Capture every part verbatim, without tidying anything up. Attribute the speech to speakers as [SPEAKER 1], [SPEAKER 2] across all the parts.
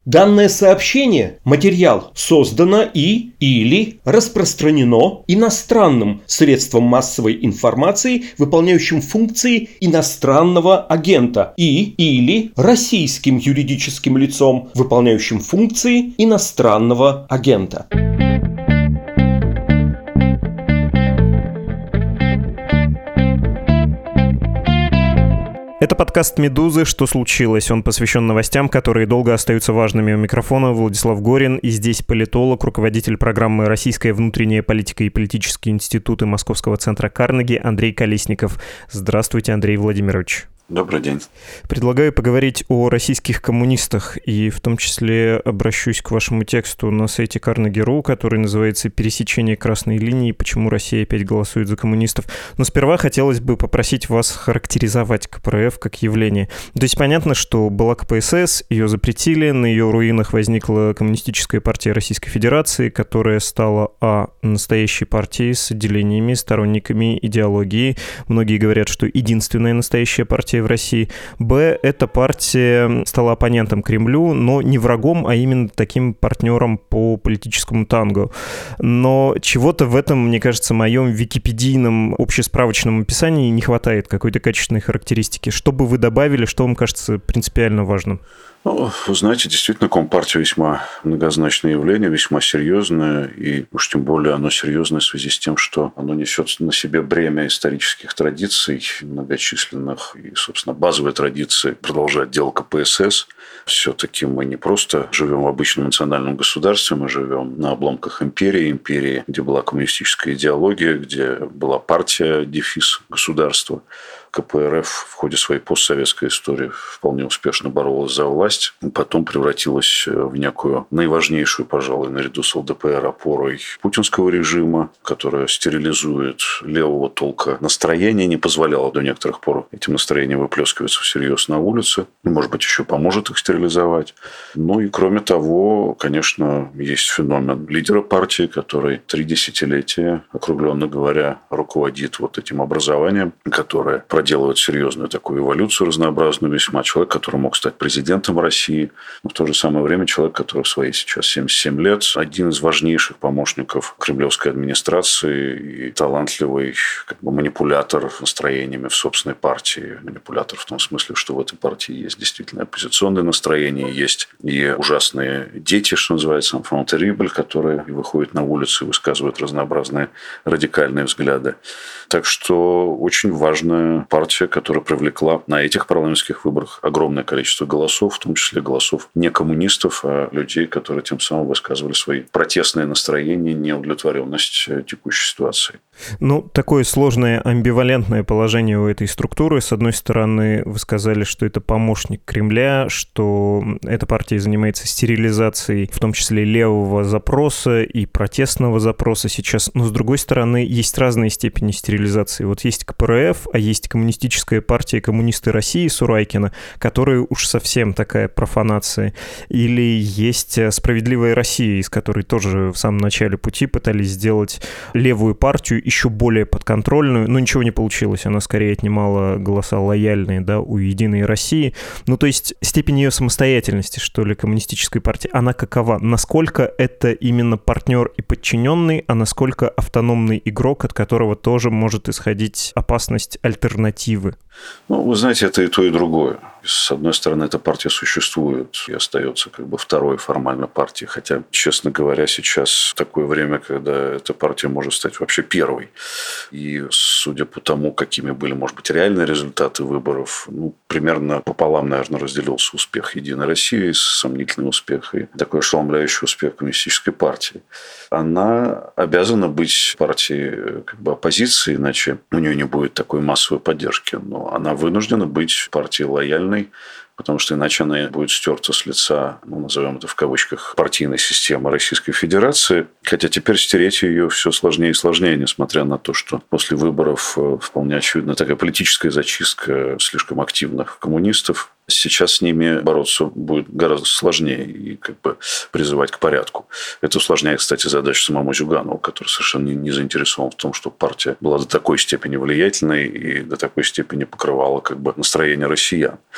[SPEAKER 1] Данное сообщение, материал, создано и или распространено иностранным средством массовой информации, выполняющим функции иностранного агента, и или российским юридическим лицом, выполняющим функции иностранного агента.
[SPEAKER 2] Это подкаст «Медузы. Что случилось?». Он посвящен новостям, которые долго остаются важными. У микрофона Владислав Горин, и здесь политолог, руководитель программы «Российская внутренняя политика и политические институты» Московского центра Карнеги Андрей Колесников. Здравствуйте, Андрей Владимирович.
[SPEAKER 3] Добрый день.
[SPEAKER 2] Предлагаю поговорить о российских коммунистах, и в том числе обращусь к вашему тексту на сайте Карнеги точка ру, который называется «Пересечение красной линии. Почему Россия опять голосует за коммунистов». Но сперва хотелось бы попросить вас характеризовать ка пэ эр эф как явление. То есть понятно, что была ка пэ эс эс, ее запретили, на ее руинах возникла Коммунистическая партия Российской Федерации, которая стала а. настоящей партией с отделениями, сторонниками идеологии. Многие говорят, что единственная настоящая партия в России. Б. Эта партия стала оппонентом Кремлю, но не врагом, а именно таким партнером по политическому танго. Но чего-то в этом, мне кажется, моем википедийном общесправочном описании не хватает, какой-то качественной характеристики. Что бы вы добавили, что вам кажется принципиально важным?
[SPEAKER 3] Ну, вы знаете, действительно, Компартия весьма многозначное явление, весьма серьезное, и уж тем более оно серьезное в связи с тем, что оно несет на себе бремя исторических традиций многочисленных, и, собственно, базовые традиции продолжает дело ка пэ эс эс. Все-таки мы не просто живем в обычном национальном государстве, мы живем на обломках империи, империи, где была коммунистическая идеология, где была партия, дефис государства. ка пэ эр эф в ходе своей постсоветской истории вполне успешно боролась за власть, потом превратилась в некую наиважнейшую, пожалуй, наряду с эл дэ пэ эр опорой путинского режима, которая стерилизует левого толка настроения, не позволяла до некоторых пор этим настроениям выплескиваться всерьез на улице, может быть, еще поможет их стерилизовать. Ну и кроме того, конечно, есть феномен лидера партии, который три десятилетия, округленно говоря, руководит вот этим образованием, которое делает серьезную такую эволюцию разнообразную весьма. Человек, который мог стать президентом России, но в то же самое время человек, который в свои сейчас семьдесят семь лет, один из важнейших помощников кремлевской администрации и талантливый как бы манипулятор настроениями в собственной партии. Манипулятор в том смысле, что в этой партии есть действительно оппозиционные настроения, есть и ужасные дети, что называется, enfant terrible, которые выходят на улицу и высказывают разнообразные радикальные взгляды. Так что очень важная партия, которая привлекла на этих парламентских выборах огромное количество голосов, в том числе голосов не коммунистов, а людей, которые тем самым высказывали свои протестные настроения, неудовлетворенность текущей ситуацией.
[SPEAKER 2] Ну, такое сложное амбивалентное положение у этой структуры. С одной стороны, вы сказали, что это помощник Кремля, что эта партия занимается стерилизацией, в том числе левого запроса и протестного запроса сейчас. Но, с другой стороны, есть разные степени стерилизации. Вот есть ка пэ эр эф, а есть Коммунистическая партия «Коммунисты России» Сурайкина, которая уж совсем такая профанация. Или есть «Справедливая Россия», из которой тоже в самом начале пути пытались сделать левую партию еще более подконтрольную, но ничего не получилось. Она скорее отнимала голоса лояльные, да, у «Единой России». Ну, то есть степень ее самостоятельности, что ли, коммунистической партии, она какова? Насколько это именно партнер и подчиненный, а насколько автономный игрок, от которого тоже может исходить опасность альтернативы?
[SPEAKER 3] Ну, вы знаете, это и то, и другое. С одной стороны, эта партия существует и остается как бы второй формально партией. Хотя, честно говоря, сейчас такое время, когда эта партия может стать вообще первой. И судя по тому, какими были, может быть, реальные результаты выборов, ну, примерно пополам, наверное, разделился успех «Единой России», сомнительный успех и такой ошеломляющий успех Коммунистической партии. Она обязана быть партией как бы оппозиции, иначе у нее не будет такой массовой поддержки. Но она вынуждена быть партией лояльной, потому что иначе она будет стерта с лица, ну, назовем это в кавычках, партийной системы Российской Федерации. Хотя теперь стереть ее все сложнее и сложнее, несмотря на то, что после выборов вполне очевидно такая политическая зачистка слишком активных коммунистов. Сейчас с ними бороться будет гораздо сложнее и как бы призывать к порядку. Это усложняет, кстати, задачу самому Зюганову, который совершенно не, не заинтересован в том, чтобы партия была до такой степени влиятельной и до такой степени покрывала как бы настроение россиян.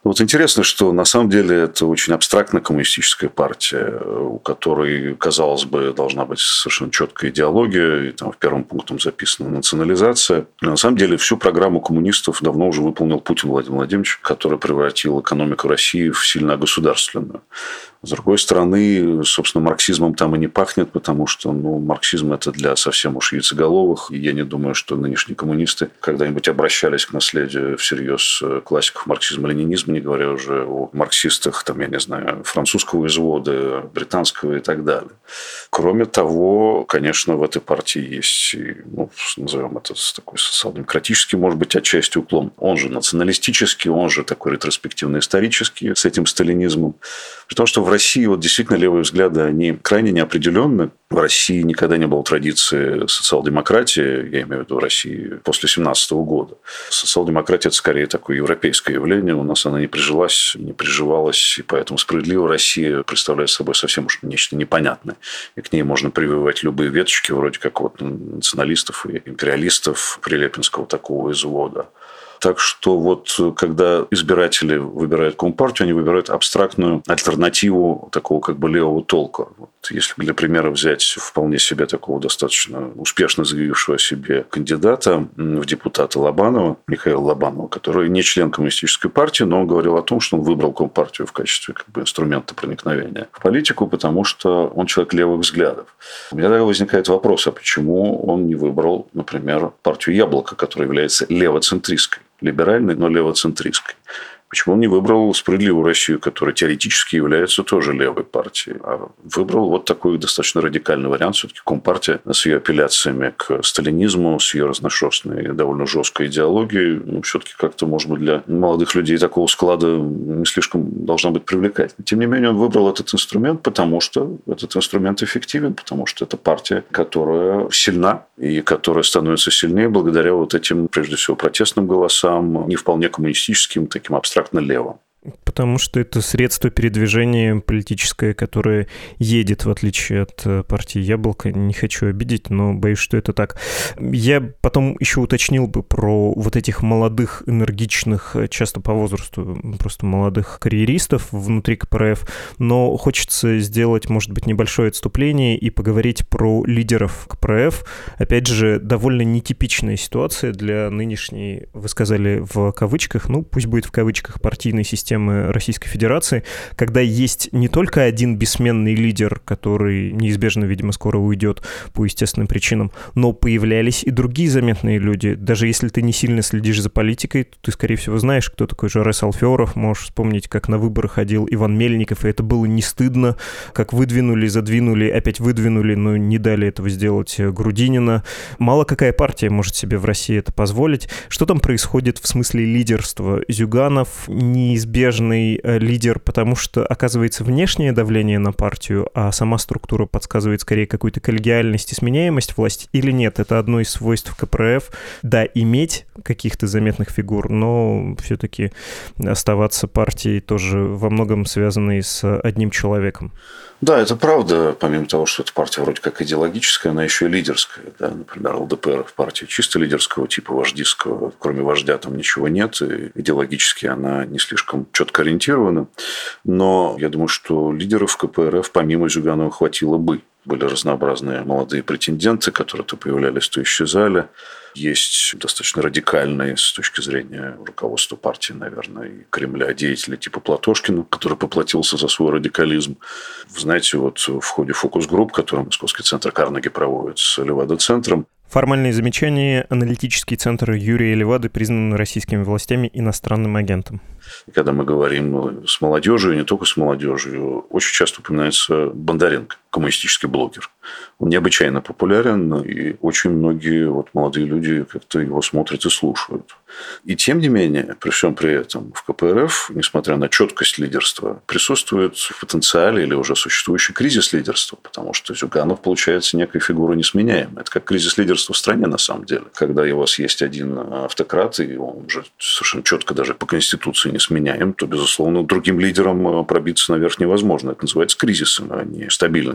[SPEAKER 3] Вот интересно, что на самом деле это очень абстрактная коммунистическая партия, у которой, казалось бы, должна быть совершенно четкая идеология, и там в первом пункте записана национализация. Но на самом деле всю программу коммунистов давно уже выполнил Путин Владимир Владимирович, который превратил экономику России в сильно государственную. С другой стороны, собственно, марксизмом там и не пахнет, потому что ну, марксизм – это для совсем уж яйцеголовых. И я не думаю, что нынешние коммунисты когда-нибудь обращались к наследию всерьез классиков марксизма-ленинизма, не говоря уже о марксистах, там, я не знаю, французского извода, британского и так далее. Кроме того, конечно, в этой партии есть, ну, назовем это такой социал-демократический, может быть, отчасти уклон. Он же националистический, он же такой ретроспективно-исторический с этим сталинизмом. При том, что в России вот действительно левые взгляды, они крайне неопределенны. В России никогда не было традиции социал-демократии, я имею в виду в России после семнадцатого года. Социал-демократия – это скорее такое европейское явление. У нас она не прижилась, не приживалась, и поэтому справедливо Россия представляет собой совсем уж нечто непонятное. И к ней можно прививать любые веточки, вроде как вот националистов и империалистов прилепинского такого извода. Так что вот когда избиратели выбирают Компартию, они выбирают абстрактную альтернативу такого как бы левого толка. Вот если для примера взять вполне себе такого достаточно успешно заявившего о себе кандидата в депутаты Лобанова, Михаила Лобанова, который не член коммунистической партии, но он говорил о том, что он выбрал Компартию в качестве как бы инструмента проникновения в политику, потому что он человек левых взглядов. У меня тогда возникает вопрос, а почему он не выбрал, например, партию «Яблоко», которая является левоцентристской? Либеральной, но левоцентристской. Почему он не выбрал «Справедливую Россию», которая теоретически является тоже левой партией, а выбрал вот такой достаточно радикальный вариант. Все-таки Компартия с ее апелляциями к сталинизму, с ее разношерстной, довольно жесткой идеологией, ну, все-таки как-то, может быть, для молодых людей такого склада не слишком должна быть привлекательной. Тем не менее, он выбрал этот инструмент, потому что этот инструмент эффективен, потому что это партия, которая сильна и которая становится сильнее благодаря вот этим, прежде всего, протестным голосам, не вполне коммунистическим, таким абстрактным левым.
[SPEAKER 2] Потому что это средство передвижения политическое, которое едет, в отличие от партии «Яблоко». Не хочу обидеть, но боюсь, что это так. Я потом еще уточнил бы про вот этих молодых, энергичных, часто по возрасту, просто молодых карьеристов внутри ка пэ эр эф, но хочется сделать, может быть, небольшое отступление и поговорить про лидеров ка пэ эр эф. Опять же, довольно нетипичная ситуация для нынешней, вы сказали в кавычках, ну пусть будет в кавычках, партийной системы Российской Федерации, когда есть не только один бессменный лидер, который неизбежно, видимо, скоро уйдет по естественным причинам, но появлялись и другие заметные люди. Даже если ты не сильно следишь за политикой, то ты, скорее всего, знаешь, кто такой Жарес Алферов. Можешь вспомнить, как на выборы ходил Иван Мельников, и это было не стыдно, как выдвинули, задвинули, опять выдвинули, но не дали этого сделать Грудинина. Мало какая партия может себе в России это позволить. Что там происходит в смысле лидерства? Зюганов неизбежно лидер, потому что оказывается внешнее давление на партию, а сама структура подсказывает скорее какую-то коллегиальность и сменяемость власти, или нет? Это одно из свойств ка пэ эр эф. Да, иметь каких-то заметных фигур, но все-таки оставаться партией тоже во многом связанной с одним человеком.
[SPEAKER 3] Да, это правда. Помимо того, что эта партия вроде как идеологическая, она еще и лидерская. Да? Например, эл дэ пэ эр – партия чисто лидерского типа, вождистского. Кроме вождя там ничего нет. И идеологически она не слишком четко ориентирована. Но я думаю, что лидеров ка пэ эр эф помимо Зюганова хватило бы. Были разнообразные молодые претенденты, которые то появлялись, то исчезали. Есть достаточно радикальные с точки зрения руководства партии, наверное, и Кремля деятели типа Платошкина, который поплатился за свой радикализм. Вы знаете, вот в ходе фокус-групп, который Московский центр Карнеги проводит с Левада-центром.
[SPEAKER 2] Формальные замечания. Аналитический центр Юрия Левады признан российскими властями иностранным агентом.
[SPEAKER 3] Когда мы говорим с молодежью, и не только с молодежью, очень часто упоминается Бондаренко, коммунистический блогер. Он необычайно популярен, и очень многие вот молодые люди как-то его смотрят и слушают. И тем не менее, при всем при этом, в ка пэ эр эф, несмотря на четкость лидерства, присутствует в потенциале или уже существующий кризис лидерства, потому что Зюганов, получается, некая фигура несменяемая. Это как кризис лидерства в стране, на самом деле. Когда у вас есть один автократ, и он уже совершенно четко даже по Конституции несменяем, то, безусловно, другим лидерам пробиться наверх невозможно. Это называется кризисом, а не стабильностью.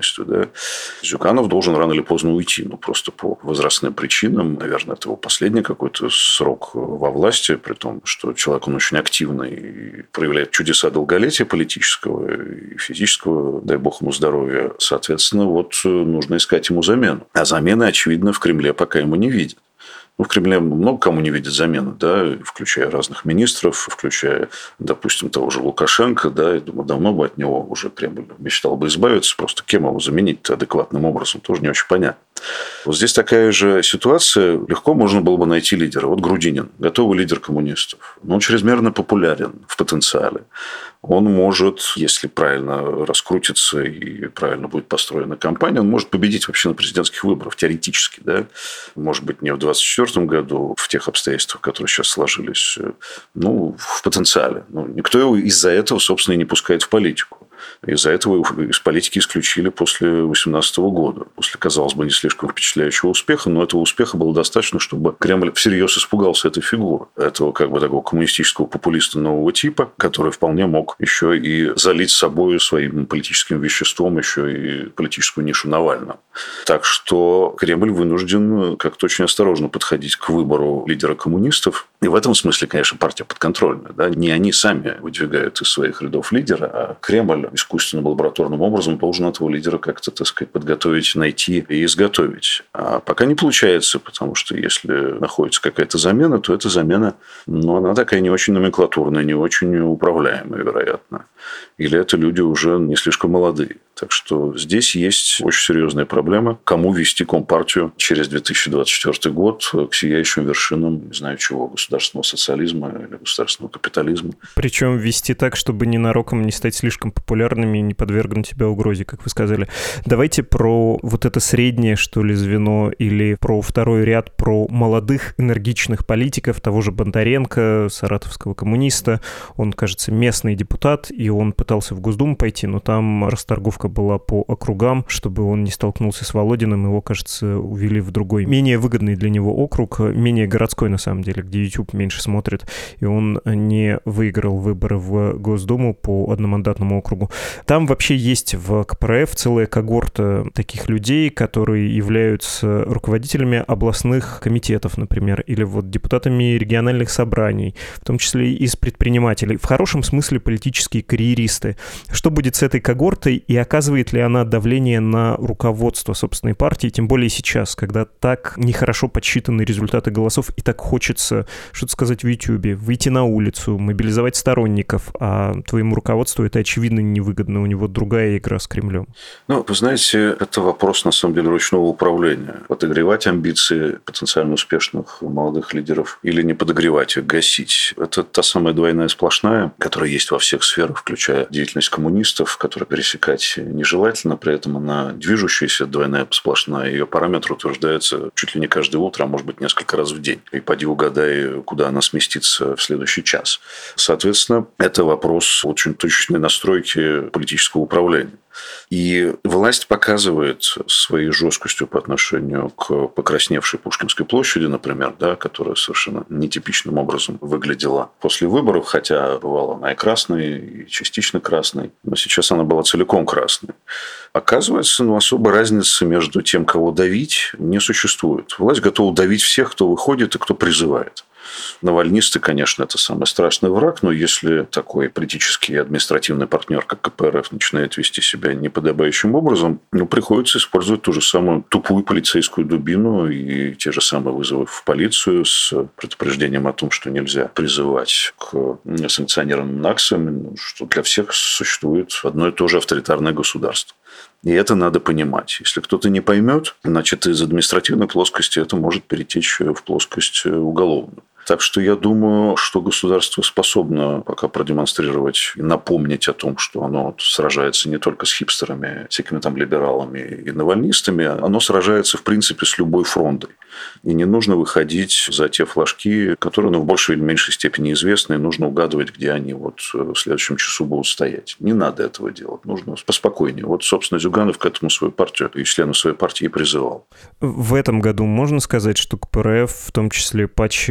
[SPEAKER 3] правительстве. Да. Зюганов должен рано или поздно уйти, ну, просто по возрастным причинам. Наверное, это его последний какой-то срок во власти, при том, что человек, он очень активный и проявляет чудеса долголетия политического и физического, дай бог ему здоровья. Соответственно, вот нужно искать ему замену. А замены, очевидно, в Кремле пока ему не видят. Ну, в Кремле много кому не видит замены, да, включая разных министров, включая, допустим, того же Лукашенко, да, я думаю, давно бы от него уже Кремль мечтал бы избавиться, просто кем его заменить адекватным образом, тоже не очень понятно. Вот здесь такая же ситуация, легко можно было бы найти лидера. Вот Грудинин, готовый лидер коммунистов, но он чрезмерно популярен в потенциале. Он может, если правильно раскрутится и правильно будет построена кампания, он может победить вообще на президентских выборах, теоретически. Да? Может быть, не в двадцать четвёртом году, в тех обстоятельствах, которые сейчас сложились, ну, в потенциале. Но никто его из-за этого, собственно, и не пускает в политику. Из-за этого из политики исключили после две тысячи восемнадцатого года. После, казалось бы, не слишком впечатляющего успеха, но этого успеха было достаточно, чтобы Кремль всерьез испугался этой фигуры. Этого как бы такого коммунистического популиста нового типа, который вполне мог еще и залить собой своим политическим веществом еще и политическую нишу Навального. Так что Кремль вынужден как-то очень осторожно подходить к выбору лидера коммунистов. И в этом смысле, конечно, партия подконтрольная. Да? Не они сами выдвигают из своих рядов лидера, а Кремль искусственным лабораторным образом должен этого лидера как-то, так сказать, подготовить, найти и изготовить. А пока не получается, потому что если находится какая-то замена, то эта замена, ну, она такая не очень номенклатурная, не очень управляемая, вероятно. Или это люди уже не слишком молодые. Так что здесь есть очень серьезная проблема, кому вести Компартию через две тысячи двадцать четвёртый год к сияющим вершинам, не знаю чего, государственного социализма или государственного капитализма.
[SPEAKER 2] Причем вести так, чтобы ненароком не стать слишком популярными и не подвергнуть себя угрозе, как вы сказали. Давайте про вот это среднее, что ли, звено или про второй ряд, про молодых энергичных политиков, того же Бондаренко, саратовского коммуниста. Он, кажется, местный депутат, и он пытался в Госдуму пойти, но там расторговка была по округам, чтобы он не столкнулся с Володиным. Его, кажется, увели в другой, менее выгодный для него округ, менее городской, на самом деле, где YouTube меньше смотрит, и он не выиграл выборы в Госдуму по одномандатному округу. Там вообще есть в ка пэ эр эф целая когорта таких людей, которые являются руководителями областных комитетов, например, или вот депутатами региональных собраний, в том числе и из предпринимателей. В хорошем смысле политические карьеристы. Что будет с этой когортой и оказывает ли она давление на руководство собственной партии, тем более сейчас, когда так нехорошо подсчитаны результаты голосов и так хочется что-то сказать в Ютьюбе, выйти на улицу, мобилизовать сторонников, а твоему руководству это, очевидно, невыгодно. У него другая игра с Кремлем.
[SPEAKER 3] Ну, вы знаете, это вопрос, на самом деле, ручного управления. Подогревать амбиции потенциально успешных молодых лидеров или не подогревать их, гасить. Это та самая двойная сплошная, которая есть во всех сферах, включая деятельность коммунистов, которую пересекать нежелательно, при этом она движущаяся, двойная сплошная. Ее параметр утверждается чуть ли не каждое утро, а может быть, несколько раз в день. И поди угадай, куда она сместится в следующий час. Соответственно, это вопрос очень точечной настройки политического управления. И власть показывает своей жесткостью по отношению к покрасневшей Пушкинской площади, например, да, которая совершенно нетипичным образом выглядела после выборов, хотя бывала она и красной, и частично красной, но сейчас она была целиком красной. Оказывается, ну, особой разницы между тем, кого давить, не существует. Власть готова давить всех, кто выходит и кто призывает. Навальнисты, конечно, это самый страшный враг, но если такой политический и административный партнер, как ка пэ эр эф, начинает вести себя неподобающим образом, ну, приходится использовать ту же самую тупую полицейскую дубину и те же самые вызовы в полицию с предупреждением о том, что нельзя призывать к санкционированным акциям, что для всех существует одно и то же авторитарное государство. И это надо понимать. Если кто-то не поймет, значит, из административной плоскости это может перетечь в плоскость уголовную. Так что я думаю, что государство способно пока продемонстрировать и напомнить о том, что оно сражается не только с хипстерами, всякими там либералами и навальнистами, оно сражается, в принципе, с любой фронтой. И не нужно выходить за те флажки, которые, ну, в большей или меньшей степени известны, и нужно угадывать, где они вот в следующем часу будут стоять. Не надо этого делать. Нужно поспокойнее. Вот, собственно, Зюганов к этому свою партию и членов своей партии и призывал.
[SPEAKER 2] В этом году можно сказать, что ка пэ эр эф, в том числе патчи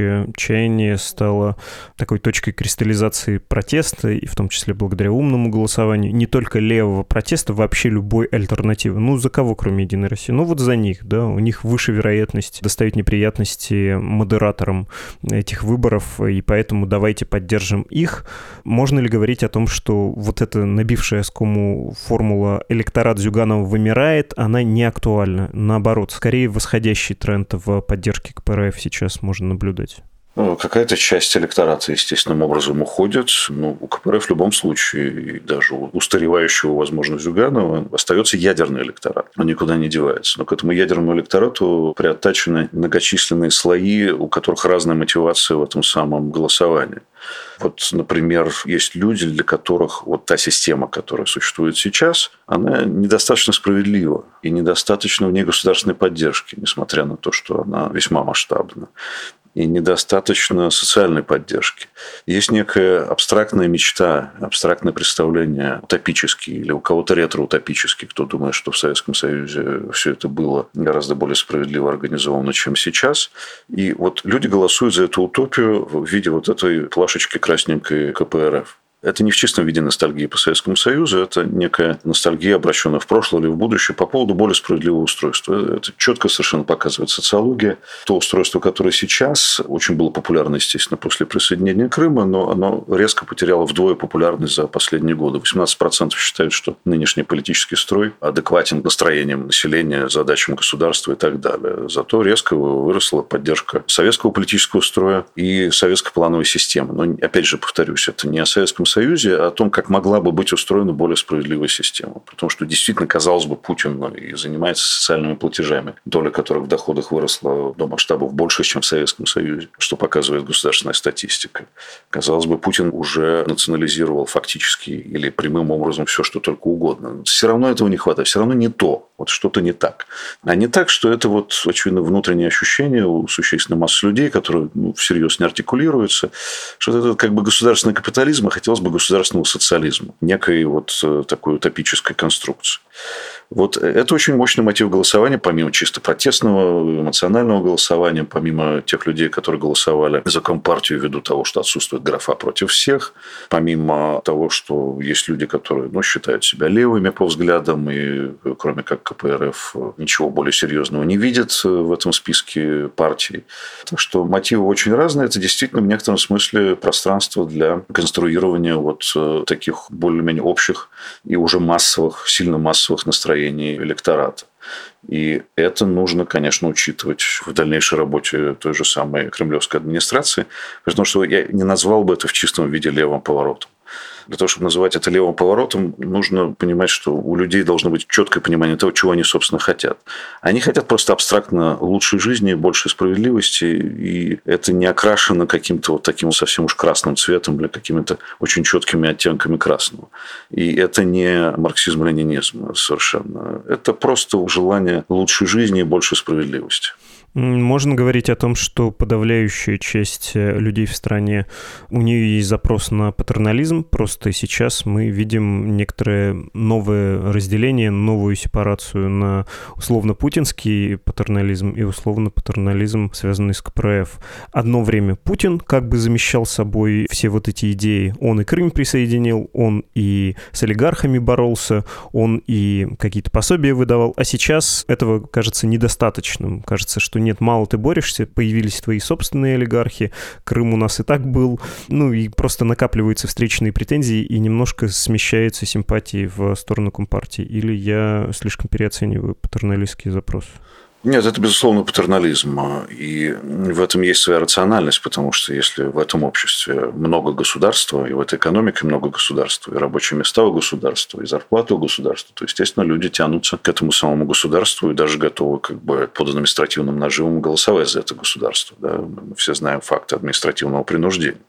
[SPEAKER 2] отчаяние стало такой точкой кристаллизации протеста, и в том числе благодаря умному голосованию, не только левого протеста, вообще любой альтернативы. Ну, за кого, кроме «Единой России»? Ну, вот за них, да, у них выше вероятность доставить неприятности модераторам этих выборов, и поэтому давайте поддержим их. Можно ли говорить о том, что вот эта набившая оскому формула «электорат Зюганова вымирает», она не актуальна? Наоборот, скорее восходящий тренд в поддержке КПРФ сейчас можно наблюдать.
[SPEAKER 3] Ну, какая-то часть электората естественным образом уходит. Но у КПРФ в любом случае, и даже у устаревающего, возможно, Зюганова, остается ядерный электорат. Он никуда не девается. Но к этому ядерному электорату приоттачены многочисленные слои, у которых разная мотивация в этом самом голосовании. Вот, например, есть люди, для которых вот та система, которая существует сейчас, она недостаточно справедлива и недостаточно в ней государственной поддержки, несмотря на то, что она весьма масштабна. И недостаточно социальной поддержки. Есть некая абстрактная мечта, абстрактное представление, утопический или у кого-то ретро-утопический, кто думает, что в Советском Союзе все это было гораздо более справедливо организовано, чем сейчас. И вот люди голосуют за эту утопию в виде вот этой плашечки красненькой КПРФ. Это не в чистом виде ностальгии по Советскому Союзу, это некая ностальгия, обращенная в прошлое или в будущее, по поводу более справедливого устройства. Это четко совершенно показывает социология. То устройство, которое сейчас очень было популярно, естественно, после присоединения Крыма, но оно резко потеряло вдвое популярность за последние годы. восемнадцать процентов считают, что нынешний политический строй адекватен настроениям населения, задачам государства и так далее. Зато резко выросла поддержка советского политического строя и советской плановой системы. Но, опять же, повторюсь, это не о Советском Союзе, а о том, как могла бы быть устроена более справедливая система. Потому что действительно, казалось бы, Путин и занимается социальными платежами, доля которых в доходах выросла до масштабов больше, чем в Советском Союзе, что показывает государственная статистика. Казалось бы, Путин уже национализировал фактически или прямым образом все, что только угодно. Все равно этого не хватает, все равно не то. Вот что-то не так. А не так, что это вот, очевидно, внутреннее ощущение у существенной массы людей, которые ну, всерьез не артикулируются, что это как бы государственный капитализм, а хотелось бы государственного социализма, некой вот такой утопической конструкции. Вот это очень мощный мотив голосования, помимо чисто протестного, эмоционального голосования, помимо тех людей, которые голосовали за Компартию ввиду того, что отсутствует графа против всех, помимо того, что есть люди, которые ну, считают себя левыми по взглядам и кроме как КПРФ ничего более серьезного не видят в этом списке партий. Так что мотивы очень разные. Это действительно в некотором смысле пространство для конструирования вот таких более-менее общих и уже массовых, сильно массовых настроений электората. И это нужно, конечно, учитывать в дальнейшей работе той же самой кремлевской администрации, потому что я не назвал бы это в чистом виде левым поворотом. Для того, чтобы называть это левым поворотом, нужно понимать, что у людей должно быть четкое понимание того, чего они, собственно, хотят. Они хотят просто абстрактно лучшей жизни, большей справедливости, и это не окрашено каким-то вот таким совсем уж красным цветом или какими-то очень четкими оттенками красного. И это не марксизм-ленинизм совершенно. Это просто желание лучшей жизни и большей справедливости.
[SPEAKER 2] Можно говорить о том, что подавляющая часть людей в стране, у нее есть запрос на патернализм, просто сейчас мы видим некоторое новое разделение, новую сепарацию на условно-путинский патернализм и условно-патернализм, связанный с КПРФ. Одно время Путин как бы замещал собой все вот эти идеи. Он и Крым присоединил, он и с олигархами боролся, он и какие-то пособия выдавал, а сейчас этого кажется недостаточным. Кажется, что нет, мало ты борешься, появились твои собственные олигархи, Крым у нас и так был, ну и просто накапливаются встречные претензии и немножко смещаются симпатии в сторону Компартии. Или я слишком переоцениваю патерналистский запрос?
[SPEAKER 3] Нет, это, безусловно, патернализм. И в этом есть своя рациональность, потому что если в этом обществе много государства, и в этой экономике много государства, и рабочие места у государства, и зарплаты у государства, то, естественно, люди тянутся к этому самому государству и даже готовы как бы под административным нажимом голосовать за это государство. Да? Мы все знаем факты административного принуждения.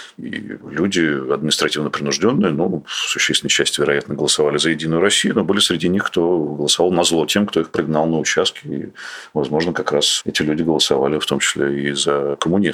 [SPEAKER 3] И люди административно принужденные, ну, в существенной части, вероятно, голосовали за «Единую Россию», но были среди них, кто голосовал назло тем, кто их пригнал на участки. И, возможно, как раз эти люди голосовали в том числе и за коммунистов.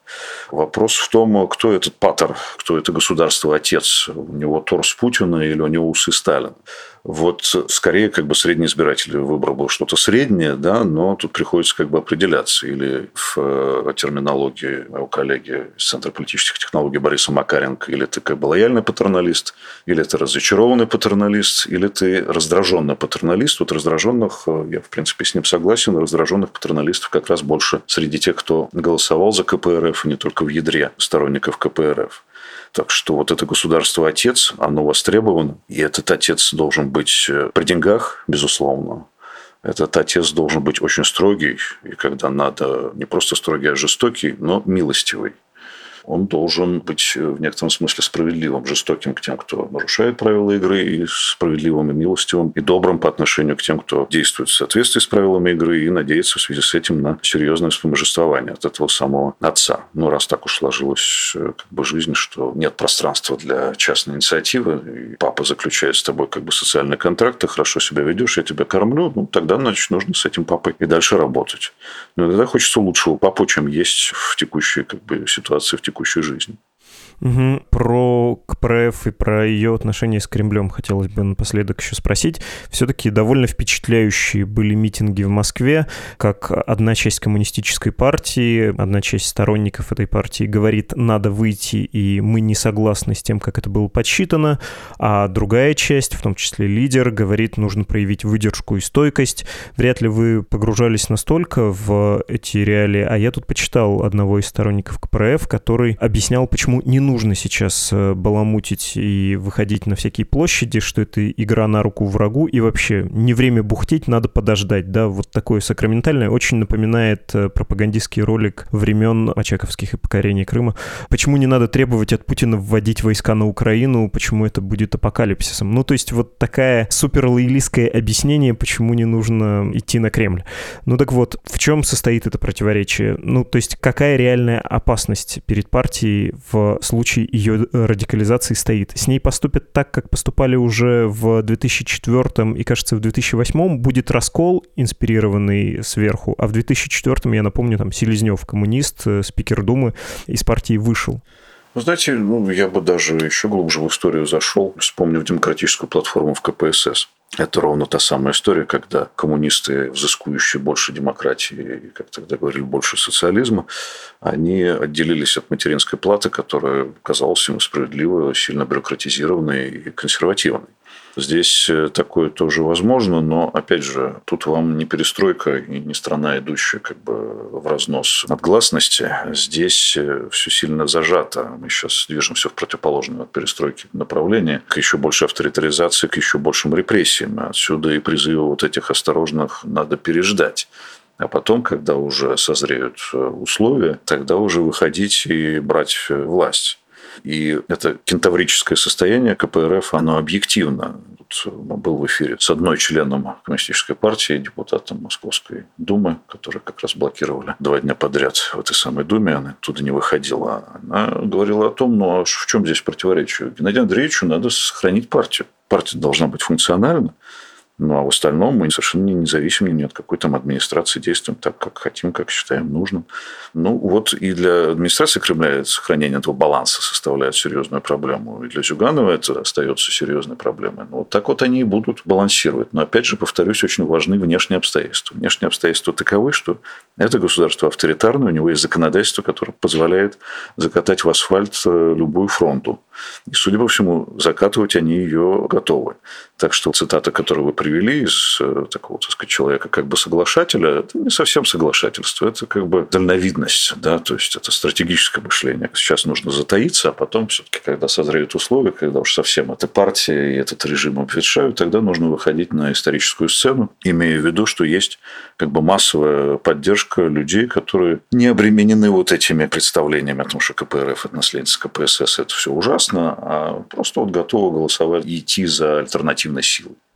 [SPEAKER 3] Вопрос в том, кто этот патер, кто это государство-отец. У него торс Путина или у него усы Сталина. Вот скорее как бы средний избиратель выбрал бы что-то среднее, да, но тут приходится как бы определяться. Или в терминологии моего коллеги из Центра политических технологий Бориса Макаренко, или ты как бы лояльный патерналист, или ты разочарованный патерналист, или ты раздраженный патерналист. Вот раздраженных, я в принципе с ним согласен, раздраженных патерналистов как раз больше среди тех, кто голосовал за ка пэ эр эф, и не только в ядре сторонников ка пэ эр эф. Так что вот это государство-отец, оно востребовано. И этот отец должен быть при деньгах, безусловно. Этот отец должен быть очень строгий. И когда надо, не просто строгий, а жестокий, но милостивый. Он должен быть в некотором смысле справедливым, жестоким к тем, кто нарушает правила игры, и справедливым и милостивым, и добрым по отношению к тем, кто действует в соответствии с правилами игры, и надеется в связи с этим на серьезное вспоможествование от этого самого отца. Ну, раз так уж сложилась как бы жизнь, что нет пространства для частной инициативы, и папа заключает с тобой как бы социальный контракт, ты хорошо себя ведешь, я тебя кормлю, ну, тогда, значит, нужно с этим папой и дальше работать. Но иногда хочется лучшего папу, чем есть в текущей как бы ситуации, в текущей жизни.
[SPEAKER 2] Угу. Про ка пэ эр эф и про ее отношения с Кремлем хотелось бы напоследок еще спросить. Все-таки довольно впечатляющие были митинги в Москве, как одна часть коммунистической партии, одна часть сторонников этой партии говорит, надо выйти, и мы не согласны с тем, как это было подсчитано, а другая часть, в том числе лидер, говорит, нужно проявить выдержку и стойкость. Вряд ли вы погружались настолько в эти реалии, а я тут почитал одного из сторонников ка пэ эр эф, который объяснял, почему не нужно сейчас баламутить и выходить на всякие площади, что это игра на руку врагу, и вообще не время бухтеть, надо подождать, да, вот такое сакраментальное, очень напоминает пропагандистский ролик времен очаковских и покорения Крыма. Почему не надо требовать от Путина вводить войска на Украину, почему это будет апокалипсисом? Ну, то есть вот такая суперлоялистское объяснение, почему не нужно идти на Кремль. Ну, так вот, в чем состоит это противоречие? Ну, то есть какая реальная опасность перед партией в случае ее радикализации стоит? С ней поступят так, как поступали уже в две тысячи четвёртом и, кажется, в две тысячи восьмом. Будет раскол, инспирированный сверху, а в две тысячи четвёртом, я напомню, там Селезнев, коммунист, спикер Думы, из партии вышел.
[SPEAKER 3] Вы знаете, ну, я бы даже еще глубже в историю зашел, вспомнив демократическую платформу в ка пэ эс эс. Это ровно та самая история, когда коммунисты, взыскующие больше демократии, как тогда говорили, больше социализма, они отделились от материнской платы, которая казалась им справедливой, сильно бюрократизированной и консервативной. Здесь такое тоже возможно, но, опять же, тут вам не перестройка и не страна, идущая как бы в разнос от гласности. Здесь все сильно зажато. Мы сейчас движемся в противоположное от перестройки направление, к еще большей авторитаризации, к еще большим репрессиям. Отсюда и призывы вот этих осторожных надо переждать. А потом, когда уже созреют условия, тогда уже выходить и брать власть. И это кентаврическое состояние ка пэ эр эф, оно объективно. Тут был в эфире с одной членом коммунистической партии, депутатом Московской Думы, которые как раз блокировали два дня подряд в этой самой Думе, она оттуда не выходила. Она говорила о том, ну а в чем здесь противоречие? Геннадию Андреевичу надо сохранить партию. Партия должна быть функциональна. Ну, а в остальном мы совершенно не независимы ни от какой там администрации, действуем так, как хотим, как считаем нужным. Ну, вот и для администрации Кремля сохранение этого баланса составляет серьезную проблему. И для Зюганова это остается серьезной проблемой. Ну, вот так вот они и будут балансировать. Но, опять же, повторюсь, очень важны внешние обстоятельства. Внешние обстоятельства таковы, что это государство авторитарное, у него есть законодательство, которое позволяет закатать в асфальт любую фронту. И, судя по всему, закатывать они ее готовы. Так что цитата, которую вы привели из такого, так сказать, человека как бы соглашателя, это не совсем соглашательство, это как бы дальновидность, да, то есть это стратегическое мышление. Сейчас нужно затаиться, а потом все-таки, когда созреют условия, когда уж совсем эта партия и этот режим обветшают, тогда нужно выходить на историческую сцену, имея в виду, что есть как бы массовая поддержка людей, которые не обременены вот этими представлениями о том, что ка пэ эр эф – это наследница ка пэ эс эс, это все ужасно, а просто вот готовы голосовать и идти за альтернативной силой.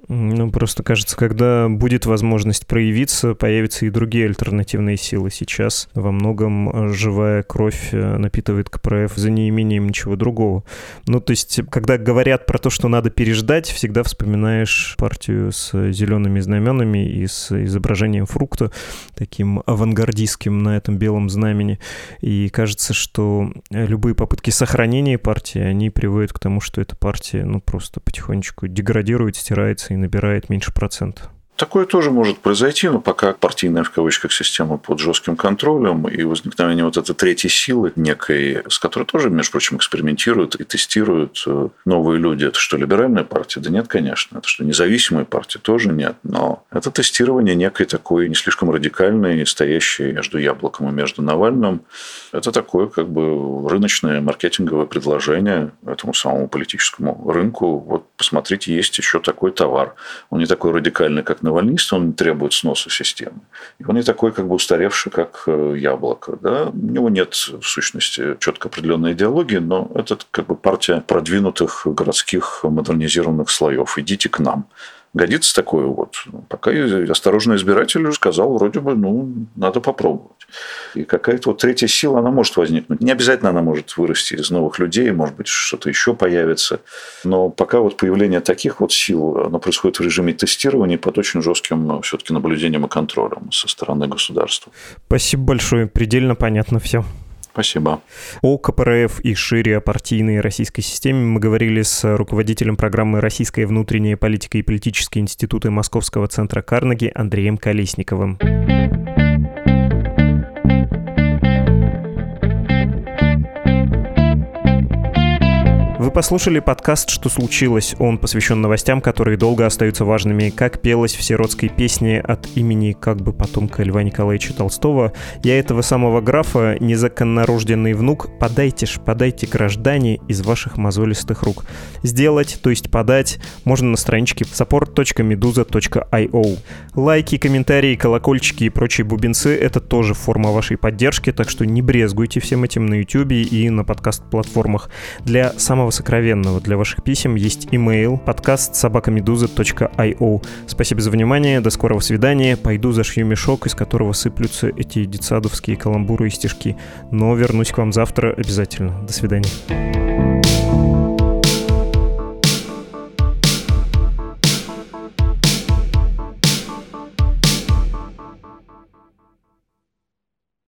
[SPEAKER 2] Ну, просто кажется, когда будет возможность проявиться, появятся и другие альтернативные силы. Сейчас во многом живая кровь напитывает ка пэ эр эф за неимением ничего другого. Ну, то есть, когда говорят про то, что надо переждать, всегда вспоминаешь партию с зелеными знаменами и с изображением фрукта, таким авангардистским на этом белом знамени. И кажется, что любые попытки сохранения партии, они приводят к тому, что эта партия, ну, просто потихонечку деградирует, стирается и набирает меньше процента.
[SPEAKER 3] Такое тоже может произойти, но пока партийная, в кавычках, система под жестким контролем и возникновение вот этой третьей силы некой, с которой тоже, между прочим, экспериментируют и тестируют новые люди. Это что, либеральная партия? Да нет, конечно. Это что, независимая партия? Тоже нет. Но это тестирование некой такой не слишком радикальной, стоящей между Яблоком и между Навальным. Это такое как бы рыночное маркетинговое предложение этому самому политическому рынку. Вот посмотрите, есть еще такой товар. Он не такой радикальный, как навальнист, он не требует сноса системы. И он не такой как бы устаревший, как Яблоко. Да? У него нет, в сущности, четко определенной идеологии, но это как бы партия продвинутых городских модернизированных слоев. Идите к нам. Годится такое вот. Пока осторожный избиратель сказал, вроде бы, ну, надо попробовать. И какая-то вот третья сила, она может возникнуть. Не обязательно она может вырасти из новых людей, может быть, что-то еще появится. Но пока вот появление таких вот сил, оно происходит в режиме тестирования под очень жестким все-таки наблюдением и контролем со стороны государства.
[SPEAKER 2] Спасибо большое. Предельно понятно все.
[SPEAKER 3] Спасибо.
[SPEAKER 2] О ка пэ эр эф и шире о партийной российской системе мы говорили с руководителем программы «Российская внутренняя политика и политические институты» Московского центра Карнеги Андреем Колесниковым. Вы послушали подкаст «Что случилось?». Он посвящен новостям, которые долго остаются важными. Как пелось в сиротской песне от имени как бы потомка Льва Николаевича Толстого: «Я этого самого графа, незаконнорожденный внук, подайте ж, подайте, граждане, из ваших мозолистых рук». Сделать, то есть подать, можно на страничке support точка meduza точка io. Лайки, комментарии, колокольчики и прочие бубенцы — это тоже форма вашей поддержки, так что не брезгуйте всем этим на YouTube и на подкаст-платформах. Для самого сокровенного для ваших писем есть имейл подкаст собака медуза точка io. Спасибо за внимание, до скорого свидания. Пойду зашью мешок, из которого сыплются эти детсадовские каламбуры и стишки. Но вернусь к вам завтра обязательно. До свидания.